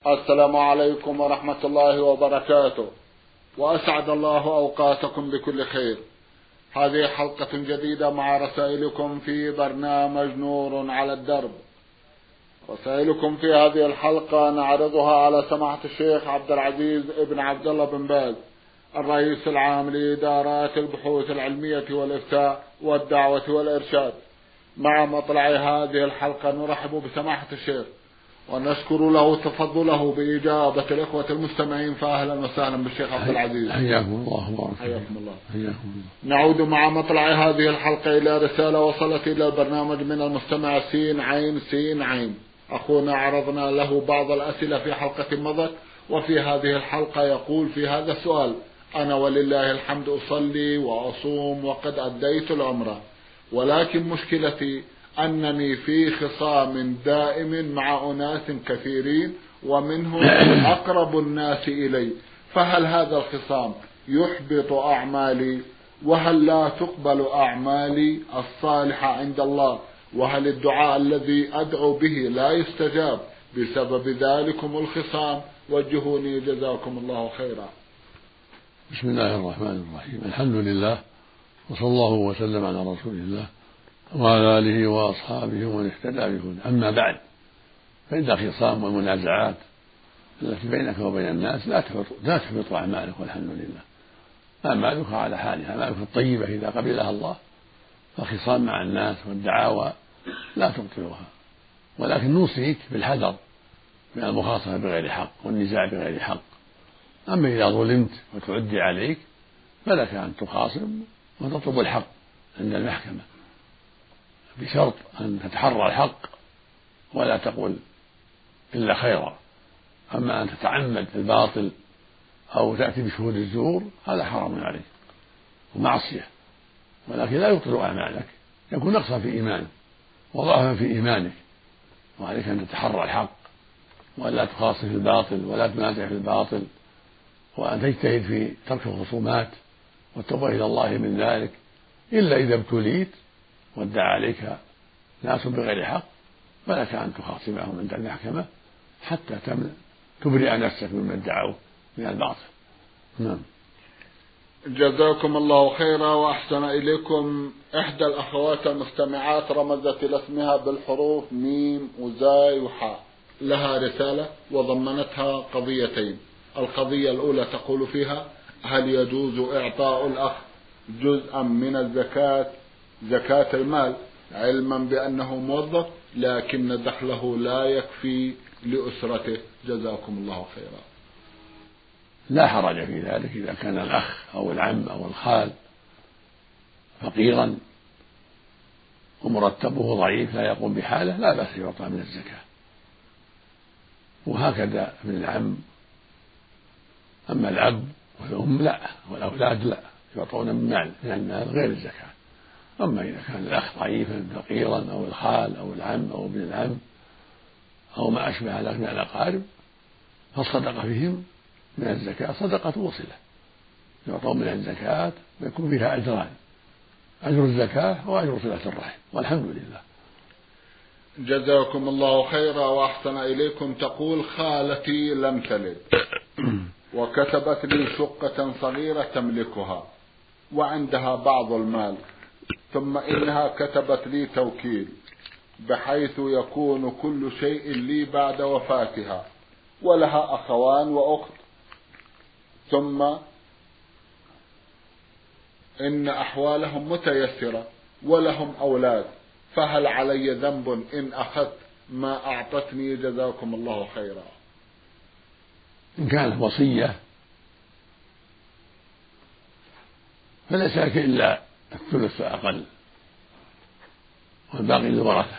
السلام عليكم ورحمة الله وبركاته، وأسعد الله أوقاتكم بكل خير. هذه حلقة جديدة مع رسائلكم في برنامج نور على الدرب. رسائلكم في هذه الحلقة نعرضها على سماحة الشيخ عبد العزيز ابن عبد الله بن باز، الرئيس العام لإدارات البحوث العلمية والإفتاء والدعوة والإرشاد. مع مطلع هذه الحلقة نرحب بسماحة الشيخ ونشكر له تفضله بإجابة الإخوة المستمعين، فأهلا وسهلا بالشيخ عبد العزيز. حياكم الله. حياكم الله. نعود مع مطلع هذه الحلقة إلى رسالة وصلت إلى البرنامج من المستمع سين. أخونا عرضنا له بعض الأسئلة في حلقة مضت، وفي هذه الحلقة يقول في هذا السؤال: أنا ولله الحمد أصلي وأصوم وقد أديت العمرة، ولكن مشكلتي أنني في خصام دائم مع أناس كثيرين ومنهم أقرب الناس إلي، فهل هذا الخصام يحبط أعمالي؟ وهل لا تقبل أعمالي الصالحة عند الله؟ وهل الدعاء الذي أدعو به لا يستجاب بسبب ذلكم الخصام؟ وجهوني جزاكم الله خيرا. بسم الله الرحمن الرحيم. الحمد لله، وصلى الله وسلم على رسول الله وعلى آله وأصحابه ومن اهتدى بهداه. أما بعد، فإن الخصام والمنازعات التي بينك وبين الناس لا تحبط أعمالك، والحمد لله. أعمالك على حالها، أعمالك الطيبة إذا قبلها الله، فالخصام مع الناس والدعاوى لا تبطلها، ولكن نوصيك بالحذر من المخاصمة بغير حق والنزاع بغير حق. أما إذا ظلمت وتعدي عليك فلك أن تخاصم وتطلب الحق عند المحكمة، بشرط أن تتحرى الحق ولا تقول إلا خيرا. أما أن تتعمد الباطل أو تأتي بشهود الزور هذا حرام عليك ومعصية، ولكن لا يبطل أعمالك، يكون نقصا في إيمانك وضعفا في إيمانك، وعليك أن تتحرى الحق ولا تخاصم في الباطل ولا تنازع في الباطل، وأن تجتهد في ترك الخصومات والتوبة إلى الله من ذلك، إلا إذا ابتليت وادعى عليك ناس بغير حق فلك أن تخاصمهم عند المحكمة حتى تبرئ نفسك مما ادعوه من الباطل. نعم. جزاكم الله خيرا وأحسن إليكم. إحدى الأخوات المستمعات رمزت إلى اسمها بالحروف ميم وزاي وحاء، لها رسالة وضمنتها قضيتين. القضية الأولى تقول فيها: هل يجوز إعطاء الأخ جزءا من الزكاة، زكاة المال، علما بأنه موظف لكن دخله لا يكفي لأسرته؟ جزاكم الله خيرا. لا حرج في ذلك إذا كان الأخ أو العم أو الخال فقيرا ومرتبه ضعيف لا يقوم بحاله، لا بأس يعطى من الزكاة، وهكذا ابن العم. أما الأب والأم لا، والأولاد لا، يعطون من المال غير الزكاة. أما إذا كان الأخ ضعيفا فقيرا أو الخال أو العم أو ابن العم أو ما أشبه ذلك من الأقارب فالصدقة فيهم من الزكاة صدقة وصلة، يعطون من الزكاة ويكون فيها أجران: أجر الزكاة وأجر صلة الرحم، والحمد لله. جزاكم الله خيرا وأحسن إليكم. تقول: خالتي لم تلد وكتبت لي شقة صغيرة تملكها وعندها بعض المال، ثم إنها كتبت لي توكيل بحيث يكون كل شيء لي بعد وفاتها، ولها أخوان وأخت، ثم إن أحوالهم متيسرة ولهم أولاد، فهل علي ذنب إن أخذت ما أعطتني؟ جزاكم الله خيرا. إن كانت وصية فليس لك إلا الثلث فأقل، والباقي للورثة.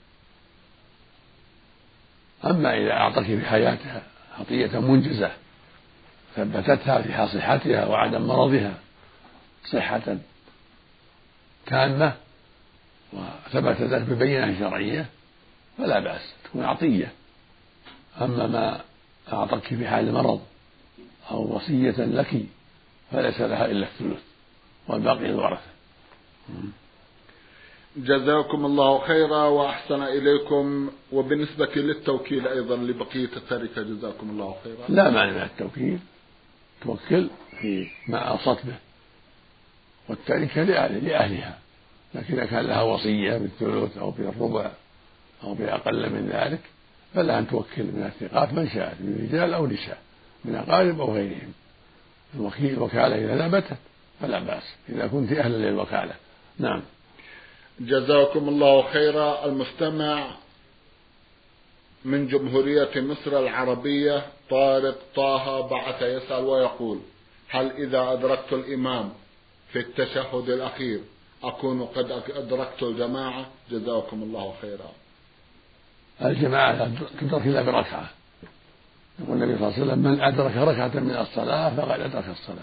أما إذا أعطتك في حياتها عطية منجزة ثبتتها في حال صحتها وعدم مرضها صحة تامة وثبت ذلك ببينة شرعية فلا بأس، تكون عطية. أما ما أعطتك في حال مرض أو وصية لك فليس لها إلا الثلث والباقي للورثة. جزاكم الله خيرا وأحسن إليكم. وبالنسبة للتوكيل أيضا لبقية التركة جزاكم الله خيرا. لا معنى من التوكيل، توكل في ما أوصت به، والتركة لأهلها، لكن إذا كان لها وصية بالثلث أو بالربع أو بأقل من ذلك فلا أن توكل من الثقات من شاء من رجال أو نساء من أقارب أو غيرهم. الوكالة إذا ثبتت فلا بأس إذا كنت أهلا للوكالة. نعم. جزاكم الله خيرا. المستمع من جمهورية مصر العربية طارق طه بعث يسأل ويقول: هل إذا أدركت الإمام في التشهد الأخير أكون قد أدركت الجماعة؟ جزاكم الله خيرا. الجماعة تدرك إلا بركعة، يقول النبي صلى الله عليه وسلم: من أدرك ركعة من الصلاة فقد أدرك الصلاة.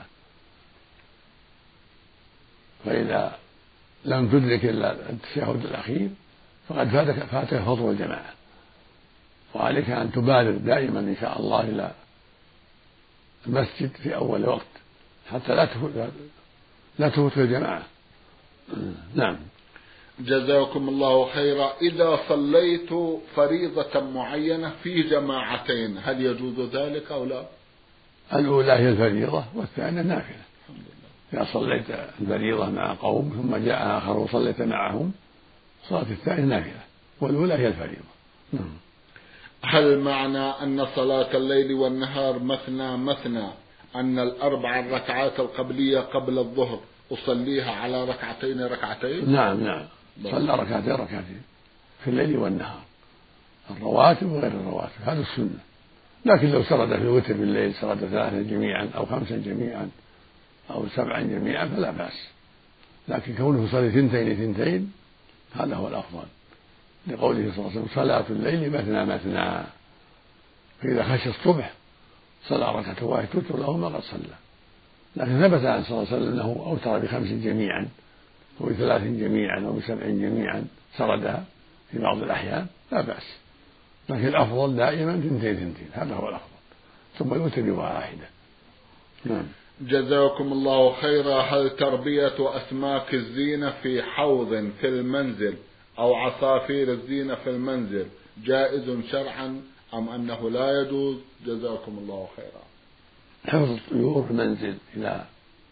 فإذا لم تدرك إلا التشهد الأخير فقد فاتك فضل الجماعة، وعليك أن تبادر دائما إن شاء الله إلى المسجد في أول وقت حتى لا تفوت الجماعة. نعم. جزاكم الله خيرا. إذا صليت فريضة معينة في جماعتين هل يجوز ذلك أو لا؟ الأولى هي الفريضة والثانية نافلة. إذا صليت الفريضة مع قوم ثم جاء آخر وصليت معهم صلاة الثانية نافلة، والأولى هي الفريضة. هل معنى أن صلاة الليل والنهار مثنى مثنى أن الأربع الركعات القبلية قبل الظهر أصليها على ركعتين؟ نعم صلى ركعتين في الليل والنهار، الرواتب وغير الرواتب، هذا السنة. لكن لو سرد في الوتر بالليل سرد 3 جميعا أو 5 جميعا أو 7 جميعا فلا بأس، لكن كونه يصلي 2 هذا هو الأفضل، لقوله صلى الله عليه وسلم: صلاة الليل مثنى، فإذا خشى الصبح صلى ركعة واحدة توتر له ما قد صلى. لكن ثبت عن صلى الله عليه وسلم أنه أوتر ب5 جميعا أو ب3 جميعا أو ب7 جميعا سردها في بعض الأحيان، لا بأس، لكن الأفضل دائما 2 هذا هو الأفضل، ثم يوتر بواحدة. نعم. جزاكم الله خيرا. هل تربية أسماك الزينة في حوض في المنزل أو عصافير الزينة في المنزل جائز شرعا أم أنه لا يجوز؟ جزاكم الله خيرا. حفظ الطيور في المنزل إذا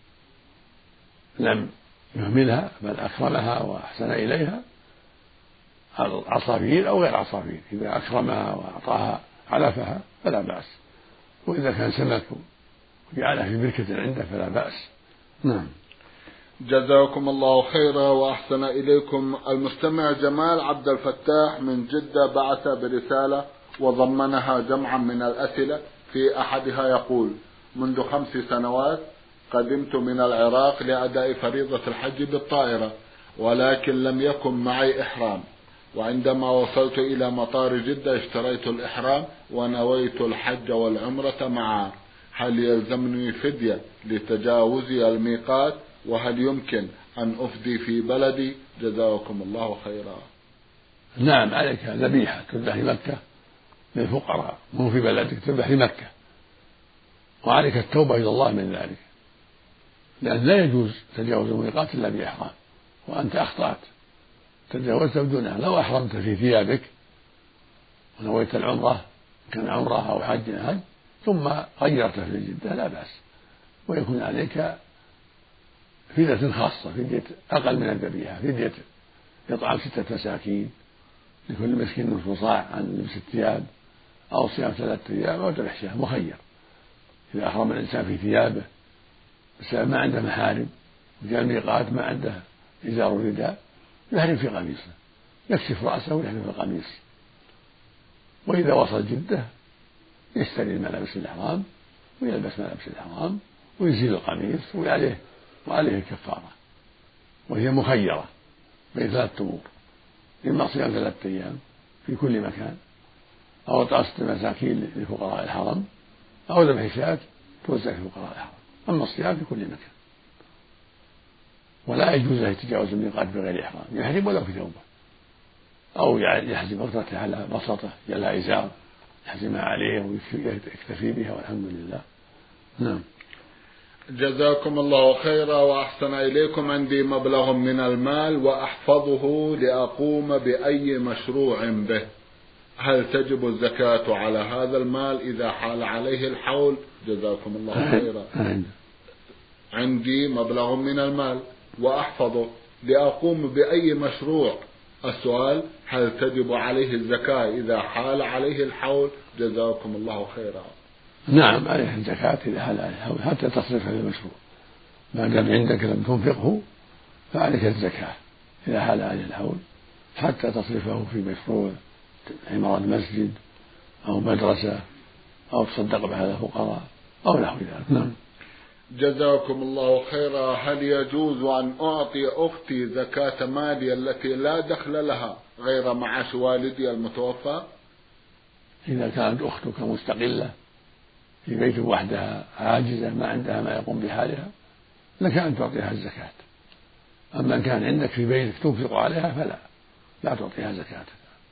لم يهملها بل أكرمها وأحسن إليها، عصافير أو غير عصافير، إذا أكرمها وأعطاها علفها فلا بأس، وإذا كان سمك وجعلها في بركة عنده فلا بأس. نعم. جزاكم الله خيرا وأحسن إليكم. المستمع جمال عبد الفتاح من جدة بعث برسالة وضمنها جمعا من الأسئلة، في أحدها يقول: منذ 5 سنوات قدمت من العراق لأداء فريضة الحج بالطائرة، ولكن لم يكن معي إحرام، وعندما وصلت إلى مطار جدة اشتريت الإحرام ونويت الحج والعمرة معا، هل يلزمني فدية لتجاوزي الميقات؟ وهل يمكن أن أفدي في بلدي؟ جزاكم الله خيرا. نعم، عليك ذبيحة تذبح في مكة للفقراء، مو في بلدك، تذبح في مكة، وعليك التوبة إلى الله من ذلك، لأن لا يجوز تجاوز الميقات إلا بإحرام، وأنت أخطأت تجاوزت بدونها. لو أحرمت في ثيابك ونويت العمرة كان عمرة أو حج ثم غيرت في جدة لا بأس، ويكون عليك فدية خاصة، فدية أقل من الذبيحة، فدية يطعم 6 مساكين لكل مسكين نصف صاع عن لبس الثياب، أو صيام 3 أيام، أو ذبح شاة، مخير. إذا أحرم الإنسان في ثيابه بسبب ما عنده محارم وجاء الميقات ما عنده إزار ورداء يحرم في قميصه، يكشف رأسه ويحرم في القميص. وإذا وصل جدة يشتري ملابس الإحرام ويلبس ملابس الإحرام ويزيل القميص وعليه الكفارة، وهي مخيرة بين 3 أمور: إما صيام 3 أيام في كل مكان، أو إطعام 6 مساكين لفقراء الحرم، أو ذبح شاة توزع في فقراء الحرم. أما الصيام في كل مكان. ولا يجوز له يتجاوز الميقات بغير إحرام، يحرم ولو في ثوبه، أو يحزم بغتته على بسطه يلا إزار يحزمها عليه ويكتفي بها والحمد لله. نعم. جزاكم الله خيرا وأحسن إليكم. عندي مبلغ من المال وأحفظه لأقوم بأي مشروع به، هل تجب الزكاة على هذا المال إذا حال عليه الحول؟ جزاكم الله خيرا. عندي مبلغ من المال وأحفظه لأقوم بأي مشروع، السؤال هل تجب عليه الزكاة إذا حال عليه الحول؟ جزاكم الله خيرا. نعم، عليه الزكاة إذا حال عليه الحول حتى تصرف هذا المشروع، ما دام عندك لم تنفقه فعليك الزكاة إذا حال عليه الحول حتى تصرفه في مشروع عمارة مسجد أو مدرسة أو تصدق به على الفقراء أو نحو ذلك. نعم. جزاكم الله خيرا. هل يجوز أن أعطي أختي زكاة مالي التي لا دخل لها غير معاش والدي المتوفى؟ إذا كانت أختك مستقلة في بيت وحدها عاجزة ما عندها ما يقوم بحالها لك أن تعطيها الزكاة. أما إن كان عندك في بيتك تنفق عليها فلا، لا تعطيها زكاة،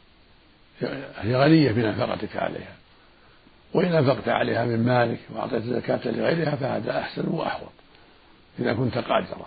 هي غنية بنفقتك عليها، وإن أنفقت عليها من مالك وأعطيت زكاة لغيرها فهذا أحسن وأحوط إذا كنت قادرا.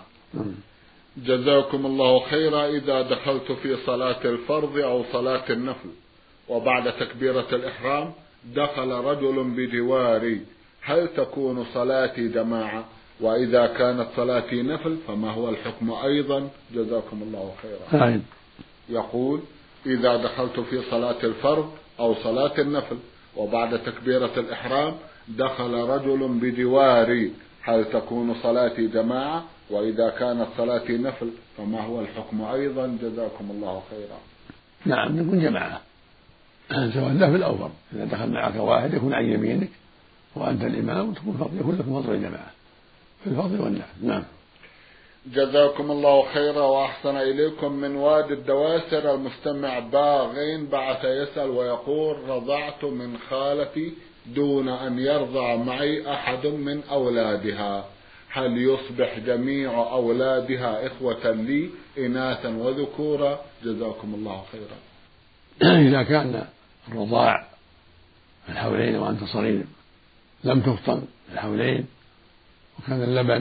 جزاكم الله خيرا. إذا دخلت في صلاة الفرض أو صلاة النفل وبعد تكبيرة الإحرام دخل رجل بجواري، هل تكون صلاتي جماعة؟ وإذا كانت صلاتي نفل فما هو الحكم أيضا؟ جزاكم الله خيرا. يقول: إذا دخلت في صلاة الفرض أو صلاة النفل وبعد تكبيرة الإحرام دخل رجل بجواري، هل تكون صلاتي جماعة؟ وإذا كانت صلاتي نفل فما هو الحكم أيضا؟ جزاكم الله خيرا. نعم، يكون جماعة سواء نفل أو فرض. إذا دخل معك واحد يكون عن يمينك وأنت الإمام يكون لكم فضل الجماعة في الفضل والنفل. نعم. جزاكم الله خيرا وأحسن إليكم. من وادي الدواسر المستمع باغين بعث يسأل ويقول: رضعت من خالتي دون أن يرضع معي أحد من أولادها، هل يصبح جميع أولادها إخوة لي إناثا وذكورا؟ جزاكم الله خيرا. إذا كان الرضاع الحولين وأنت صغير لم تفطن الحولين وكان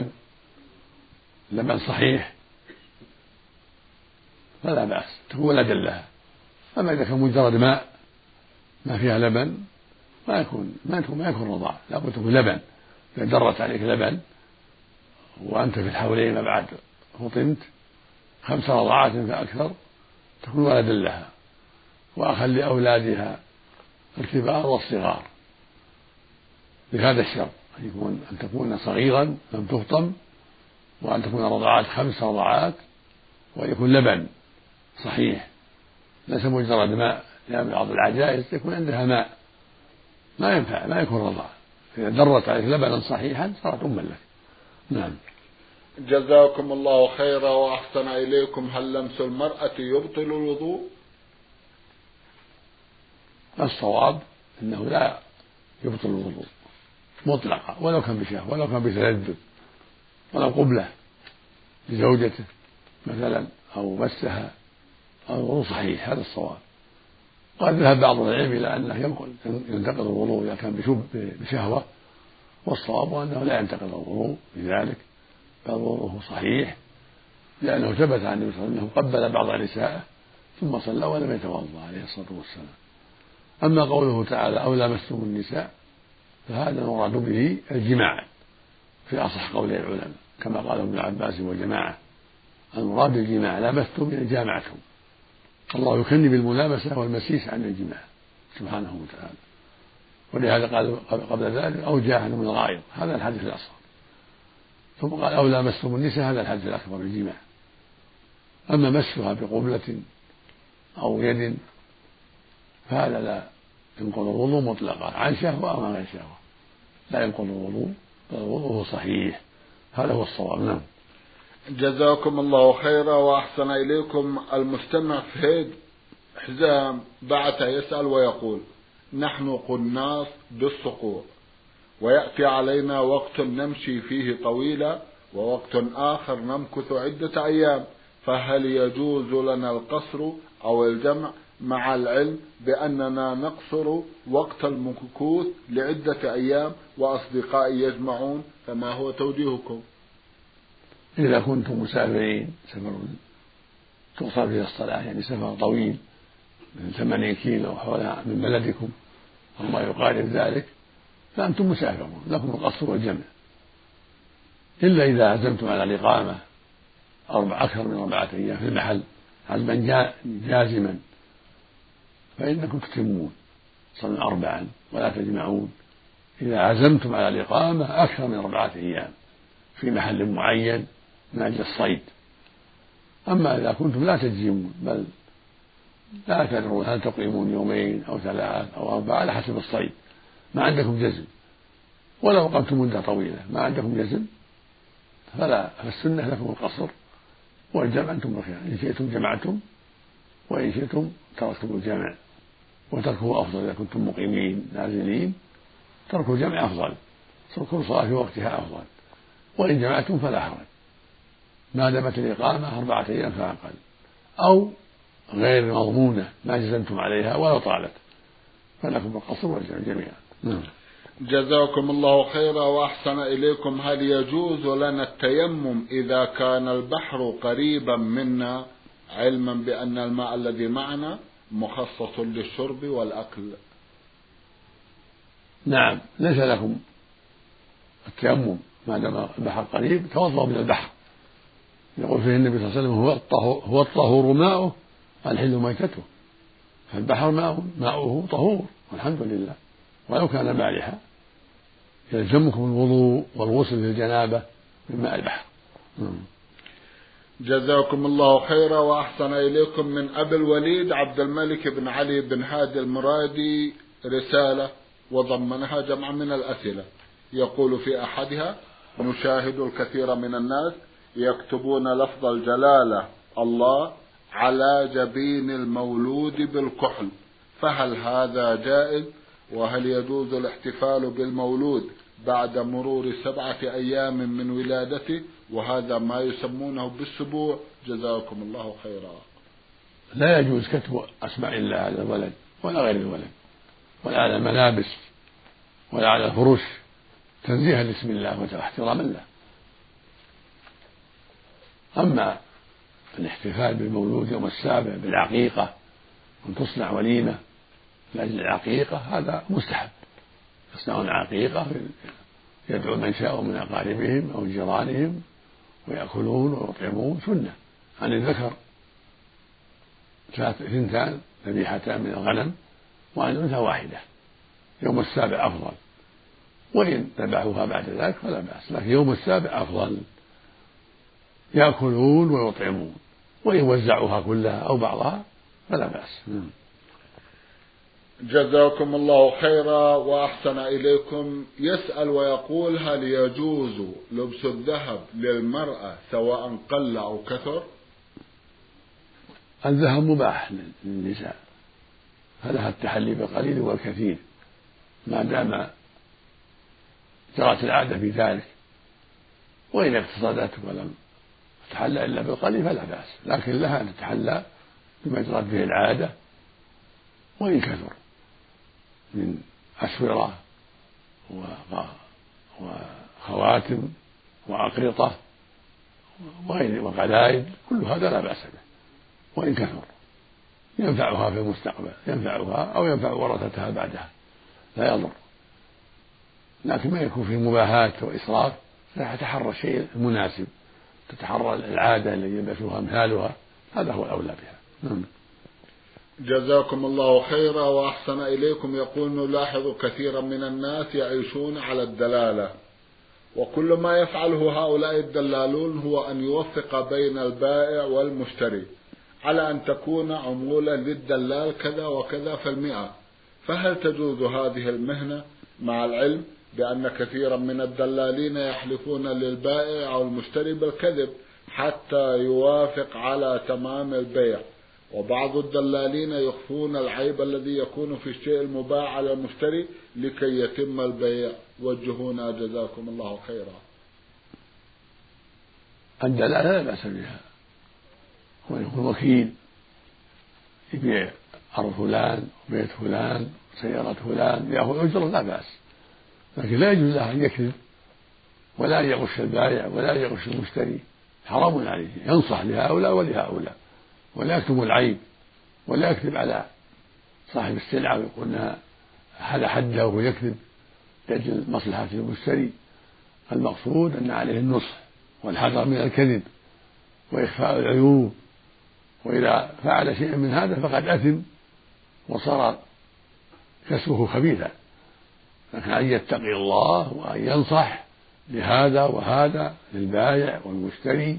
اللبن صحيح فلا بأس، تكون ولدا لها. أما إذا كان مجرد ماء ما فيها لبن ما يكون رضاع، لابد تكون لبن. إذا درت عليك لبن وأنت في الحولين بعد فطنت 5 رضعات فأكثر تكون ولدا لها. وأخا لأولادها الكبار والصغار بهذا الشرط أن تكون صغيرا لم تفطم، وأن تكون رضعات 5 رضعات، ويكون لبن صحيح ليس مجرد ماء، لأن بعض العجائز يكون عندها ماء ما ينفع ما يكون رضع. إذا درت عليك لبنا صحيحا صارت أما لك. نعم. جزاكم الله خيرا وأحسن إليكم. هل لمس المرأة يبطل الوضوء؟ الصواب أنه لا يبطل الوضوء مطلقا، ولو كان بشهوة ولو كان بتلذذ ولو قبلة لزوجته مثلا أو مسها أو الوضوء صحيح، هذا الصواب. وقد ذهب بعض العلم إلى أنه ينتقض الوضوء إذا كان بشهوة، والصواب أنه لا ينتقض الوضوء بذلك بل وضوءه صحيح، لأنه ثبت عن النبي صلى الله عليه وسلم أنه قبل بعض نسائه ثم صلى ولم يتوضأ عليه الصلاة والسلام. أما قوله تعالى أو لامستم النساء فهذا المراد به الجماع في أصح قول العلماء، كما قال ابن عباس وجماعة، المراد بالجماع لامستم يعني جامعتم. الله يكني بالملامسة والمسيس عن الجماع سبحانه وتعالى، ولهذا قال قبل ذلك أو جاهل من الغائط، هذا الحديث الأصغر، ثم قال أو لامستم النساء، هذا الحديث الأكبر بالجماع. أما مسها بقبلة أو يد فهذا لا ينقض الوضوء مطلقا عن شهوة أو عن شهوة، لا ينقض الوضوء بل وضوءه صحيح، هذا هو الصواب. نعم. جزاكم الله خيرا وأحسن إليكم. المستمع فهيد حزام بعث يسأل ويقول: نحن قناص بالصقور ويأتي علينا وقت نمشي فيه طويلا ووقت آخر نمكث عدة أيام، فهل يجوز لنا القصر أو الجمع مع العلم بأننا نقصر وقت المكوث لعدة أيام وأصدقائي يجمعون، فما هو توجيهكم؟ إذا كنتم مسافرين سفر تقصر فيه الصلاة، يعني سفر طويل من 80 كيلو حولها من بلدكم أو ما يقارب ذلك، فأنتم مسافرون لكم القصر والجمع، إلا إذا عزمتم على الإقامة أكثر من 4 أيام في المحل عزما جازما فإنكم تتمون صلوا 4 ولا تجمعون إذا عزمتم على الإقامة أكثر من 4 أيام في محل معين من أجل الصيد. أما إذا كنتم لا تجزمون بل لا تدرون هل تقيمون 2 أو 3 أو 4 على حسب الصيد، ما عندكم جزم، ولو أقمتم مدة طويلة ما عندكم جزم فالسنة لكم القصر والجمع أنتم بخير، إن شئتم جمعتم وإن شئتم تركتم الجمع، وتركه أفضل إذا كنتم مقيمين نازلين، ترك الجمع أفضل، ترك الصلاة في وقتها أفضل، وإن جمعتم فلا حرج ما دامت الإقامة 4 أيام فأقل أو غير مضمونة ما جزمتم عليها ولو طالت، فلكم القصر والجمع جميعا. جزاكم الله خيرا وأحسن إليكم. هل يجوز لنا التيمم إذا كان البحر قريبا منا علما بأن الماء الذي معنا مخصص للشرب والأكل؟ نعم، ليس لكم التيمم ما دام البحر قريب، توضأوا من البحر، يقول فيه النبي صلى الله عليه وسلم هو الطهور ماؤه والحل ميتته، فالبحر ماؤه طهور والحمد لله، ولو كان مالحا يلزمكم الوضوء والغسل في الجنابة من ماء البحر. جزاكم الله خيرا وأحسن إليكم. من أبي الوليد عبد الملك بن علي بن هادي المرادي رسالة وضمنها جمع من الأسئلة، يقول في أحدها: نشاهد الكثير من الناس يكتبون لفظ الجلالة الله على جبين المولود بالكحل، فهل هذا جائز؟ وهل يجوز الاحتفال بالمولود بعد مرور 7 أيام من ولادته، وهذا ما يسمونه بالسبوع؟ جزاكم الله خيرا. لا يجوز كتب أسماء الله على الولد ولا غير الولد ولا على الملابس ولا على الفرش تنزيها لاسم الله واحتراما له. أما الاحتفال بالمولود يوم 7 بالعقيقة وأن تصنع وليمة لأجل العقيقة هذا مستحب، يصنعون عقيقة يدعو من شاء من أقاربهم أو جيرانهم ويأكلون ويطعمون، سنة عن الذكر 2 ذبيحتان من الغنم وعن الأنثى 1 يوم 7 أفضل، وإن ذبحوها بعد ذلك فلا بأس، لكن يوم 7 أفضل يأكلون ويطعمون، وإن وزعوها كلها أو بعضها فلا بأس. جزاكم الله خيرا وأحسن إليكم. يسأل ويقول: هل يجوز لبس الذهب للمرأة سواء قل أو كثر؟ الذهب مباح للنساء، فلها التحلي بالقليل والكثير ما دام جرت العادة في ذلك، وإن اقتصدت ولم تتحلى إلا بالقليل فلا بأس، لكن لها أن تتحلى بما جرت به العادة وإن كثر من أسورة وخواتم وأقرطة وقلائد، كل هذا لا بأس به وإن كثر، ينفعها في المستقبل، ينفعها أو ينفع ورثتها بعدها لا يضر، لكن ما يكون في مباهات وإسراف فتتحرى الشيء المناسب، تتحرى العادة التي يلبسها أمثالها، هذا هو الأولى بها. جزاكم الله خيرا وأحسن إليكم. يقول: نلاحظ كثيرا من الناس يعيشون على الدلالة، وكل ما يفعله هؤلاء الدلالون هو أن يوفق بين البائع والمشتري على أن تكون عمولة للدلال كذا وكذا في 100، فهل تجوز هذه المهنة مع العلم بأن كثيرا من الدلالين يحلفون للبائع أو المشتري بالكذب حتى يوافق على تمام البيع، وبعض الدلالين يخفون العيب الذي يكون في الشيء المباع على المشتري لكي يتم البيع؟ وجهونا جزاكم الله خيرا. الدلالة لا بأس بها، ويكون وكيل يبيع أرض فلان وبيت فلان وسيارة فلان يأخذ أجرة لا بأس، لكن لا يجوز له أن يكذب ولا أن يغش البائع ولا أن يغش المشتري، حرام عليه. ينصح لهؤلاء ولهؤلاء ولا يكتم العيب ولا يكذب على صاحب السلعة ويقول أنها هذا حده وهو يكذب لأجل مصلحة المشتري. المقصود أن عليه النصح والحذر من الكذب وإخفاء العيوب، وإذا فعل شيئا من هذا فقد أثم وصار كسبه خبيثا، لكن أن يتقي الله وأن ينصح لهذا وهذا للبائع والمشتري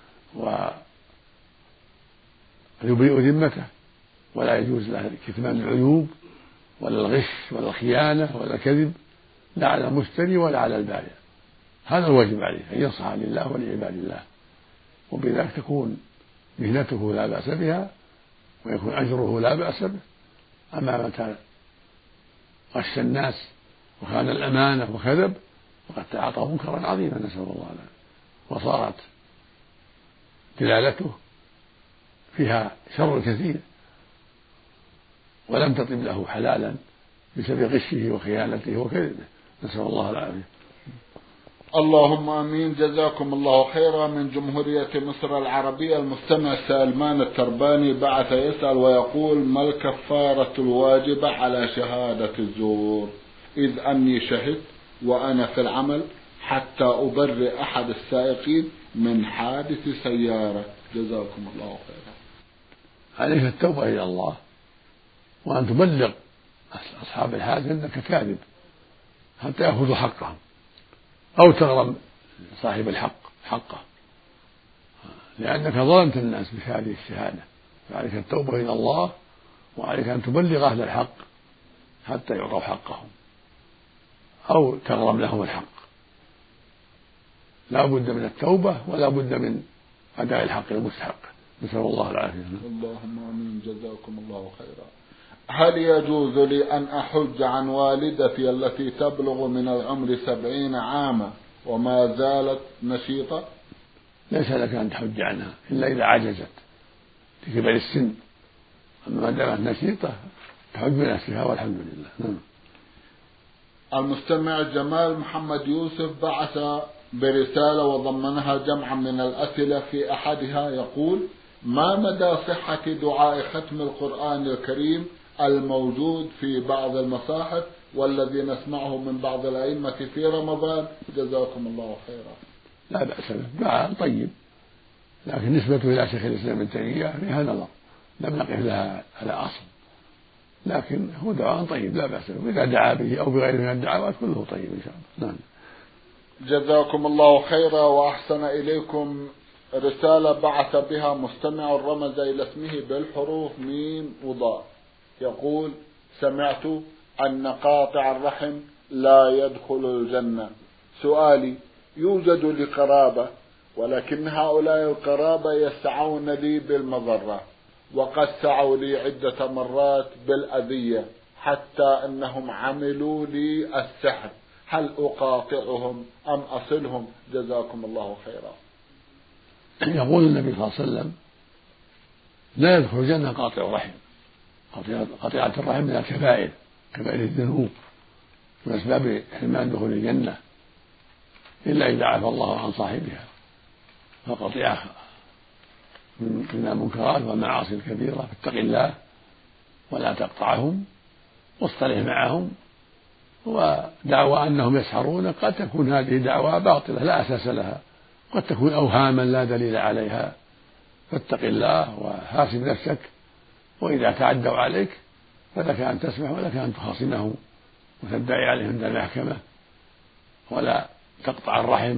ويبرئ ذمته، ولا يجوز له كتمان العيوب ولا الغش ولا الخيانة ولا الكذب لا على المشتري ولا على البائع. هذا الواجب عليه أن ينصح لله ولعباد الله، وبذلك تكون مهنته لا بأس بها ويكون أجره لا بأس به. أما متى غش الناس وخان الأمانة وكذب فقد تعاطى منكرا عظيما نسأل الله العافية، وصارت دلالته فيها شر كثير ولم تطب له حلالا بسبب غشه وخيانته وكذبه، نسأل الله العافية. اللهم امين. جزاكم الله خيرا. من جمهورية مصر العربية المستمع سلمان الترباني بعث يسأل ويقول: ما الكفارة الواجبة على شهادة الزور؟ إذ أني شهدت وأنا في العمل حتى أبرئ أحد السائقين من حادث سيارة. جزاكم الله خيرا. عليك التوبة إلى الله وأن تبلغ أصحاب الحادث أنك كاذب حتى يأخذوا حقهم، أو تغرم صاحب الحق حقه، لأنك ظلمت الناس بهذه الشهادة. فعليك التوبة إلى الله وعليك أن تبلغ أهل الحق حتى يعطوا حقهم أو تغرم لهم الحق. لا بد من التوبة ولا بد من أداء الحق المستحق، نسأل الله العافية. اللهم آمين. جزاكم الله خيرا. هل يجوز لي أن أحج عن والدتي التي تبلغ من العمر 70 عاما وما زالت نشيطة؟ ليس لك أن تحج عنها إلا إذا عجزت لكبر السن، أما ما دامت نشيطة تحج بنفسها والحمد لله. المستمع جمال محمد يوسف بعث برسالة وضمنها جمعا من الأسئلة. في أحدها يقول: ما مدى صحة دعاء ختم القرآن الكريم الموجود في بعض المصاحف والذي نسمعه من بعض الأئمة في رمضان؟ جزاكم الله خيرا. لا بأس به، دعاء طيب، لكن نسبته إلى شيخ الإسلام ابن تيمية فيها نظر، لم نقف لها على أصل، لكن هو دعاء طيب لا بأس به، إذا دعا به أو بغيره من الدعوات كله طيب إن شاء الله. نعم. جزاكم الله خيرا وأحسن إليكم. رسالة بعث بها مستمع رمز إلى اسمه بالحروف ميم وضاء، يقول: سمعت أن قاطع الرحم لا يدخل الجنة. سؤالي: يوجد لي قرابة ولكن هؤلاء القرابة يسعون لي بالمضرة، وقد سعوا لي عدة مرات بالأذية حتى أنهم عملوا لي السحر، هل أقاطعهم أم أصلهم؟ جزاكم الله خيرا. يقول النبي صلى الله عليه وسلم: لا يدخل الجنة قاطع رحم. قطيعة الرحم من الكبائر، كبائر الذنوب، من أسباب حرمان دخول الجنة، إلا إذا عفى الله عن صاحبها، فقطيعة من المنكرات والمعاصي الكبيرة، فاتق الله ولا تقطعهم واصطلح معهم. ودعوى أنهم يسحرون قد تكون هذه دعوى باطلة لا أساس لها، قد تكون أوهاما لا دليل عليها، فاتق الله وحاسب نفسك، وإذا تعدوا عليك فلك أن تسمح ولك أن تخاصمهم وتدعي عليهم عند المحكمة، ولا تقطع الرحم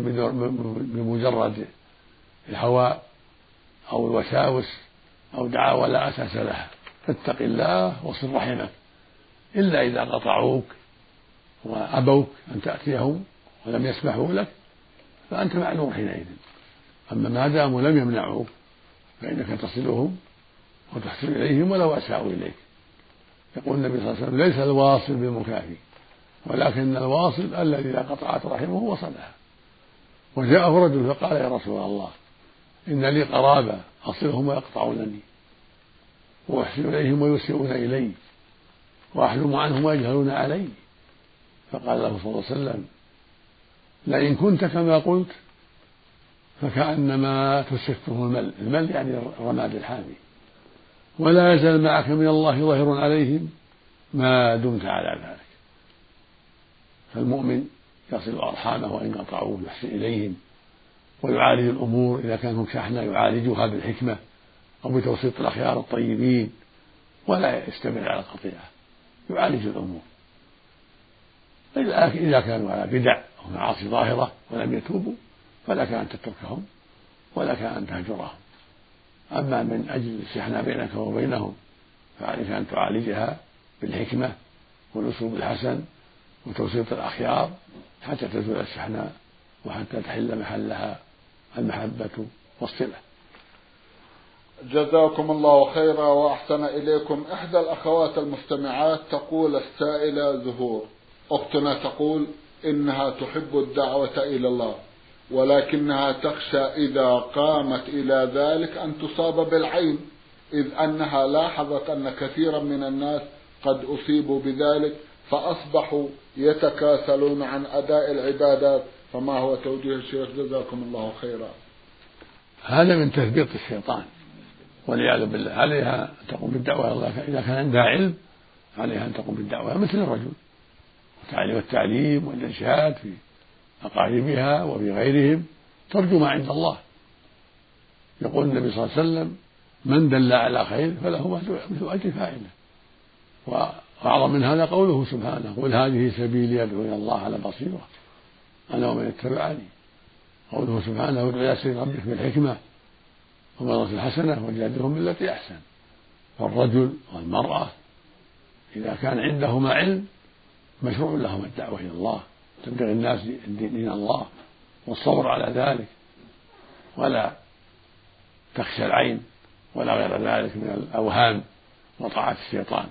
بمجرد الهوى أو الوساوس أو دعاوى لا أساس لها. فاتق الله وصل رحمك، إلا إذا قطعوك وأبوك أن تأتيهم ولم يسمحوا لك فأنت معلوم حينئذ. أما ما داموا لم يمنعوك فإنك تصلهم وتحسن إليهم ولو أساءوا إليك. يقول النبي صلى الله عليه وسلم: ليس الواصل بالمكافي ولكن الواصل الذي إذا قطعت رحمه وصلها. وجاءه رجل فقال: يا رسول الله، إن لي قرابة أصلهم ويقطعونني وأحسن إليهم ويسيئون إلي وأحلم عنهم ويجهلون علي. فقال له صلى الله عليه وسلم: لئن كنت كما قلت فكأنما تسفه المل يعني الرماد الحامي، ولا يزال معك من الله ظاهر عليهم ما دمت على ذلك. فالمؤمن يصل أرحامه وإن قطعوه، يحسن إليهم ويعالج الأمور إذا كانوا شحنة يعالجها بالحكمة أو بتوسيط الأخيار الطيبين، ولا يستمر على القطيعة، يعالج الأمور. إذا كانوا على بدع أو معاصي ظاهرة ولم يتوبوا فلك أن تتركهم ولك أن تهجرهم. أما من أجل الشحنة بينك وبينهم فعليك أن تعالجها بالحكمة والأسلوب الحسن وتوسيط الأخيار حتى تزول الشحناء وحتى تحل محلها المحبة والصلة. جزاكم الله خيرا وأحسن إليكم. إحدى الأخوات المستمعات تقول السائلة زهور، أختنا تقول إنها تحب الدعوة إلى الله، ولكنها تخشى إذا قامت إلى ذلك أن تصاب بالعين، إذ أنها لاحظت أن كثيرا من الناس قد أصيبوا بذلك فأصبحوا يتكاسلون عن أداء العبادات، فما هو توجيه الشيخ جزاكم الله خيرا؟ هذا من تثبيط الشيطان والعياذ بالله. عليها أن تقوم بالدعوة إلى الله، إذا كان عندها علم عليها أن تقوم بالدعوة مثل الرجل، والتعليم والإرشاد في أقاربها وفي غيرهم، ترجو ما عند الله. يقول النبي صلى الله عليه وسلم: من دل على خير فله مثل أجر فاعله. وأعظم من هذا قوله سبحانه: قل هذه سبيلي أدعو إلى الله على بصيرة أنا ومن اتبعني. قوله سبحانه: ادع إلى سبيل ربك بالحكمة والموعظة الحسنة وجادلهم بالتي أحسن. فالرجل والمرأة إذا كان عندهما علم مشروع لهما الدعوة إلى الله، تبلغ الناس دين الله والصبر على ذلك، ولا تخشى العين ولا غير ذلك من الأوهام وطاعة الشيطان.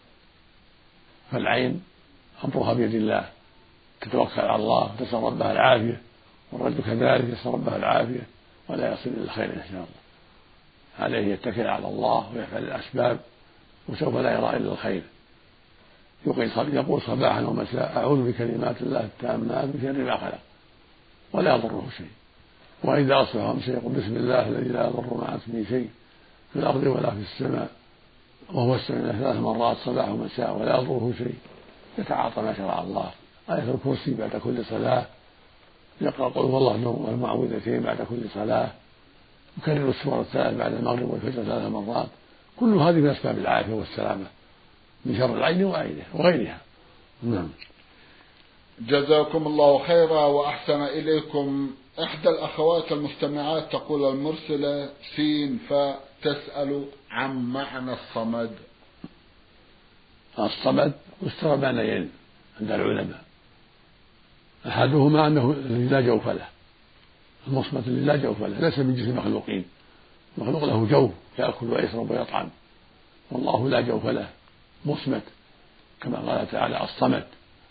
فالعين أمرها بيد الله، تتوكل على الله وتسأل ربها العافية، والرجل كذلك يسأل ربها العافية ولا يصل إلى الخير إن شاء الله. عليه يتكل على الله ويفعل الأسباب وسوف لا يرى إلا الخير. يقول صباحا ومساء: أعوذ بكلمات الله التامات من شر ما خلق، ولا يضره شيء. وإذا أصبح أمسى يقول: بسم الله الذي لا يضر مع اسمه شيء في الأرض ولا في السماء وهو السميع 3 مرات صباح ومساء ولا يضره شيء. يتعاطى ما شرع الله. آية الكرسي بعد كل صلاة، يقرأ قل هو الله والمعوذتين بعد كل صلاة، يكرر السور الثلاث بعد المغرب والفجر 3 مرات. كل هذه من أسباب العافية والسلامة من شر العين وغيرها. نعم. جزاكم الله خيرا وأحسن إليكم. إحدى الأخوات المستمعات تقول المرسلة سين فتسأل عن معنى الصمد. الصمد يستوى معنيين عند العلماء: أحدهما أنه الذي لا جوف له، المصمت الذي لا جوف له، ليس من جنس المخلوقين. المخلوق له جوف يأكل ويشرب ويطعم، والله لا جوف له، مصمت كما قال تعالى: الصمد.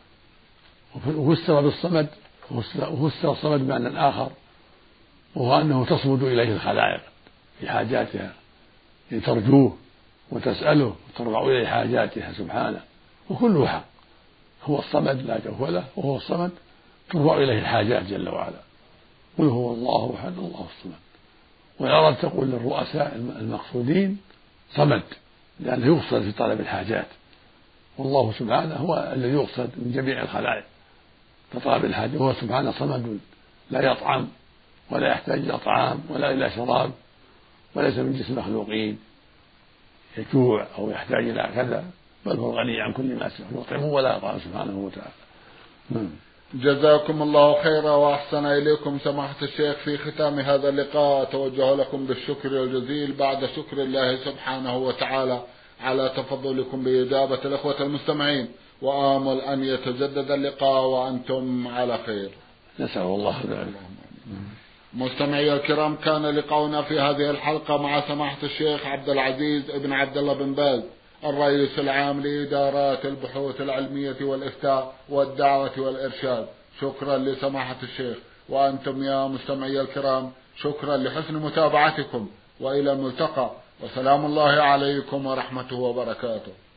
وفسر بالصمد وفسر الصمد بمعنى آخر، وهو أنه تصمد إليه الخلائق في حاجاتها، ترجوه وتسأله وترفع إليه حاجاتها سبحانه، وكله حق. هو الصمد لا جوف له، وهو الصمد ترفع إليه الحاجات جل وعلا. قل هو الله أحد الله الصمد. والعرب تقول للرؤساء المقصودين صمد، لأنه يقصد في طلب الحاجات، والله سبحانه هو الذي يقصد من جميع الخلائق كطلب الحاجة. هو سبحانه صمد لا يطعم ولا يحتاج إلى طعام ولا إلى شراب، وليس من جنس المخلوقين يجوع أو يحتاج إلى كذا، بل هو غني عن كل ما سواه، يطعمه ولا يطعم سبحانه وتعالى. جزاكم الله خيرا وأحسن إليكم سماحة الشيخ. في ختام هذا اللقاء أتوجه لكم بالشكر الجزيل بعد شكر الله سبحانه وتعالى على تفضلكم بإجابة الأخوة المستمعين، وآمل أن يتجدد اللقاء وأنتم على خير. نسأل الله ذلك. مستمعي الكرام، كان لقاؤنا في هذه الحلقة مع سماحة الشيخ عبد العزيز ابن عبد الله بن باز، الرئيس العام لإدارات البحوث العلمية والإفتاء والدعوة والإرشاد. شكرا لسماحة الشيخ، وأنتم يا مستمعي الكرام شكرا لحسن متابعتكم، وإلى الملتقى. وسلام الله عليكم ورحمته وبركاته.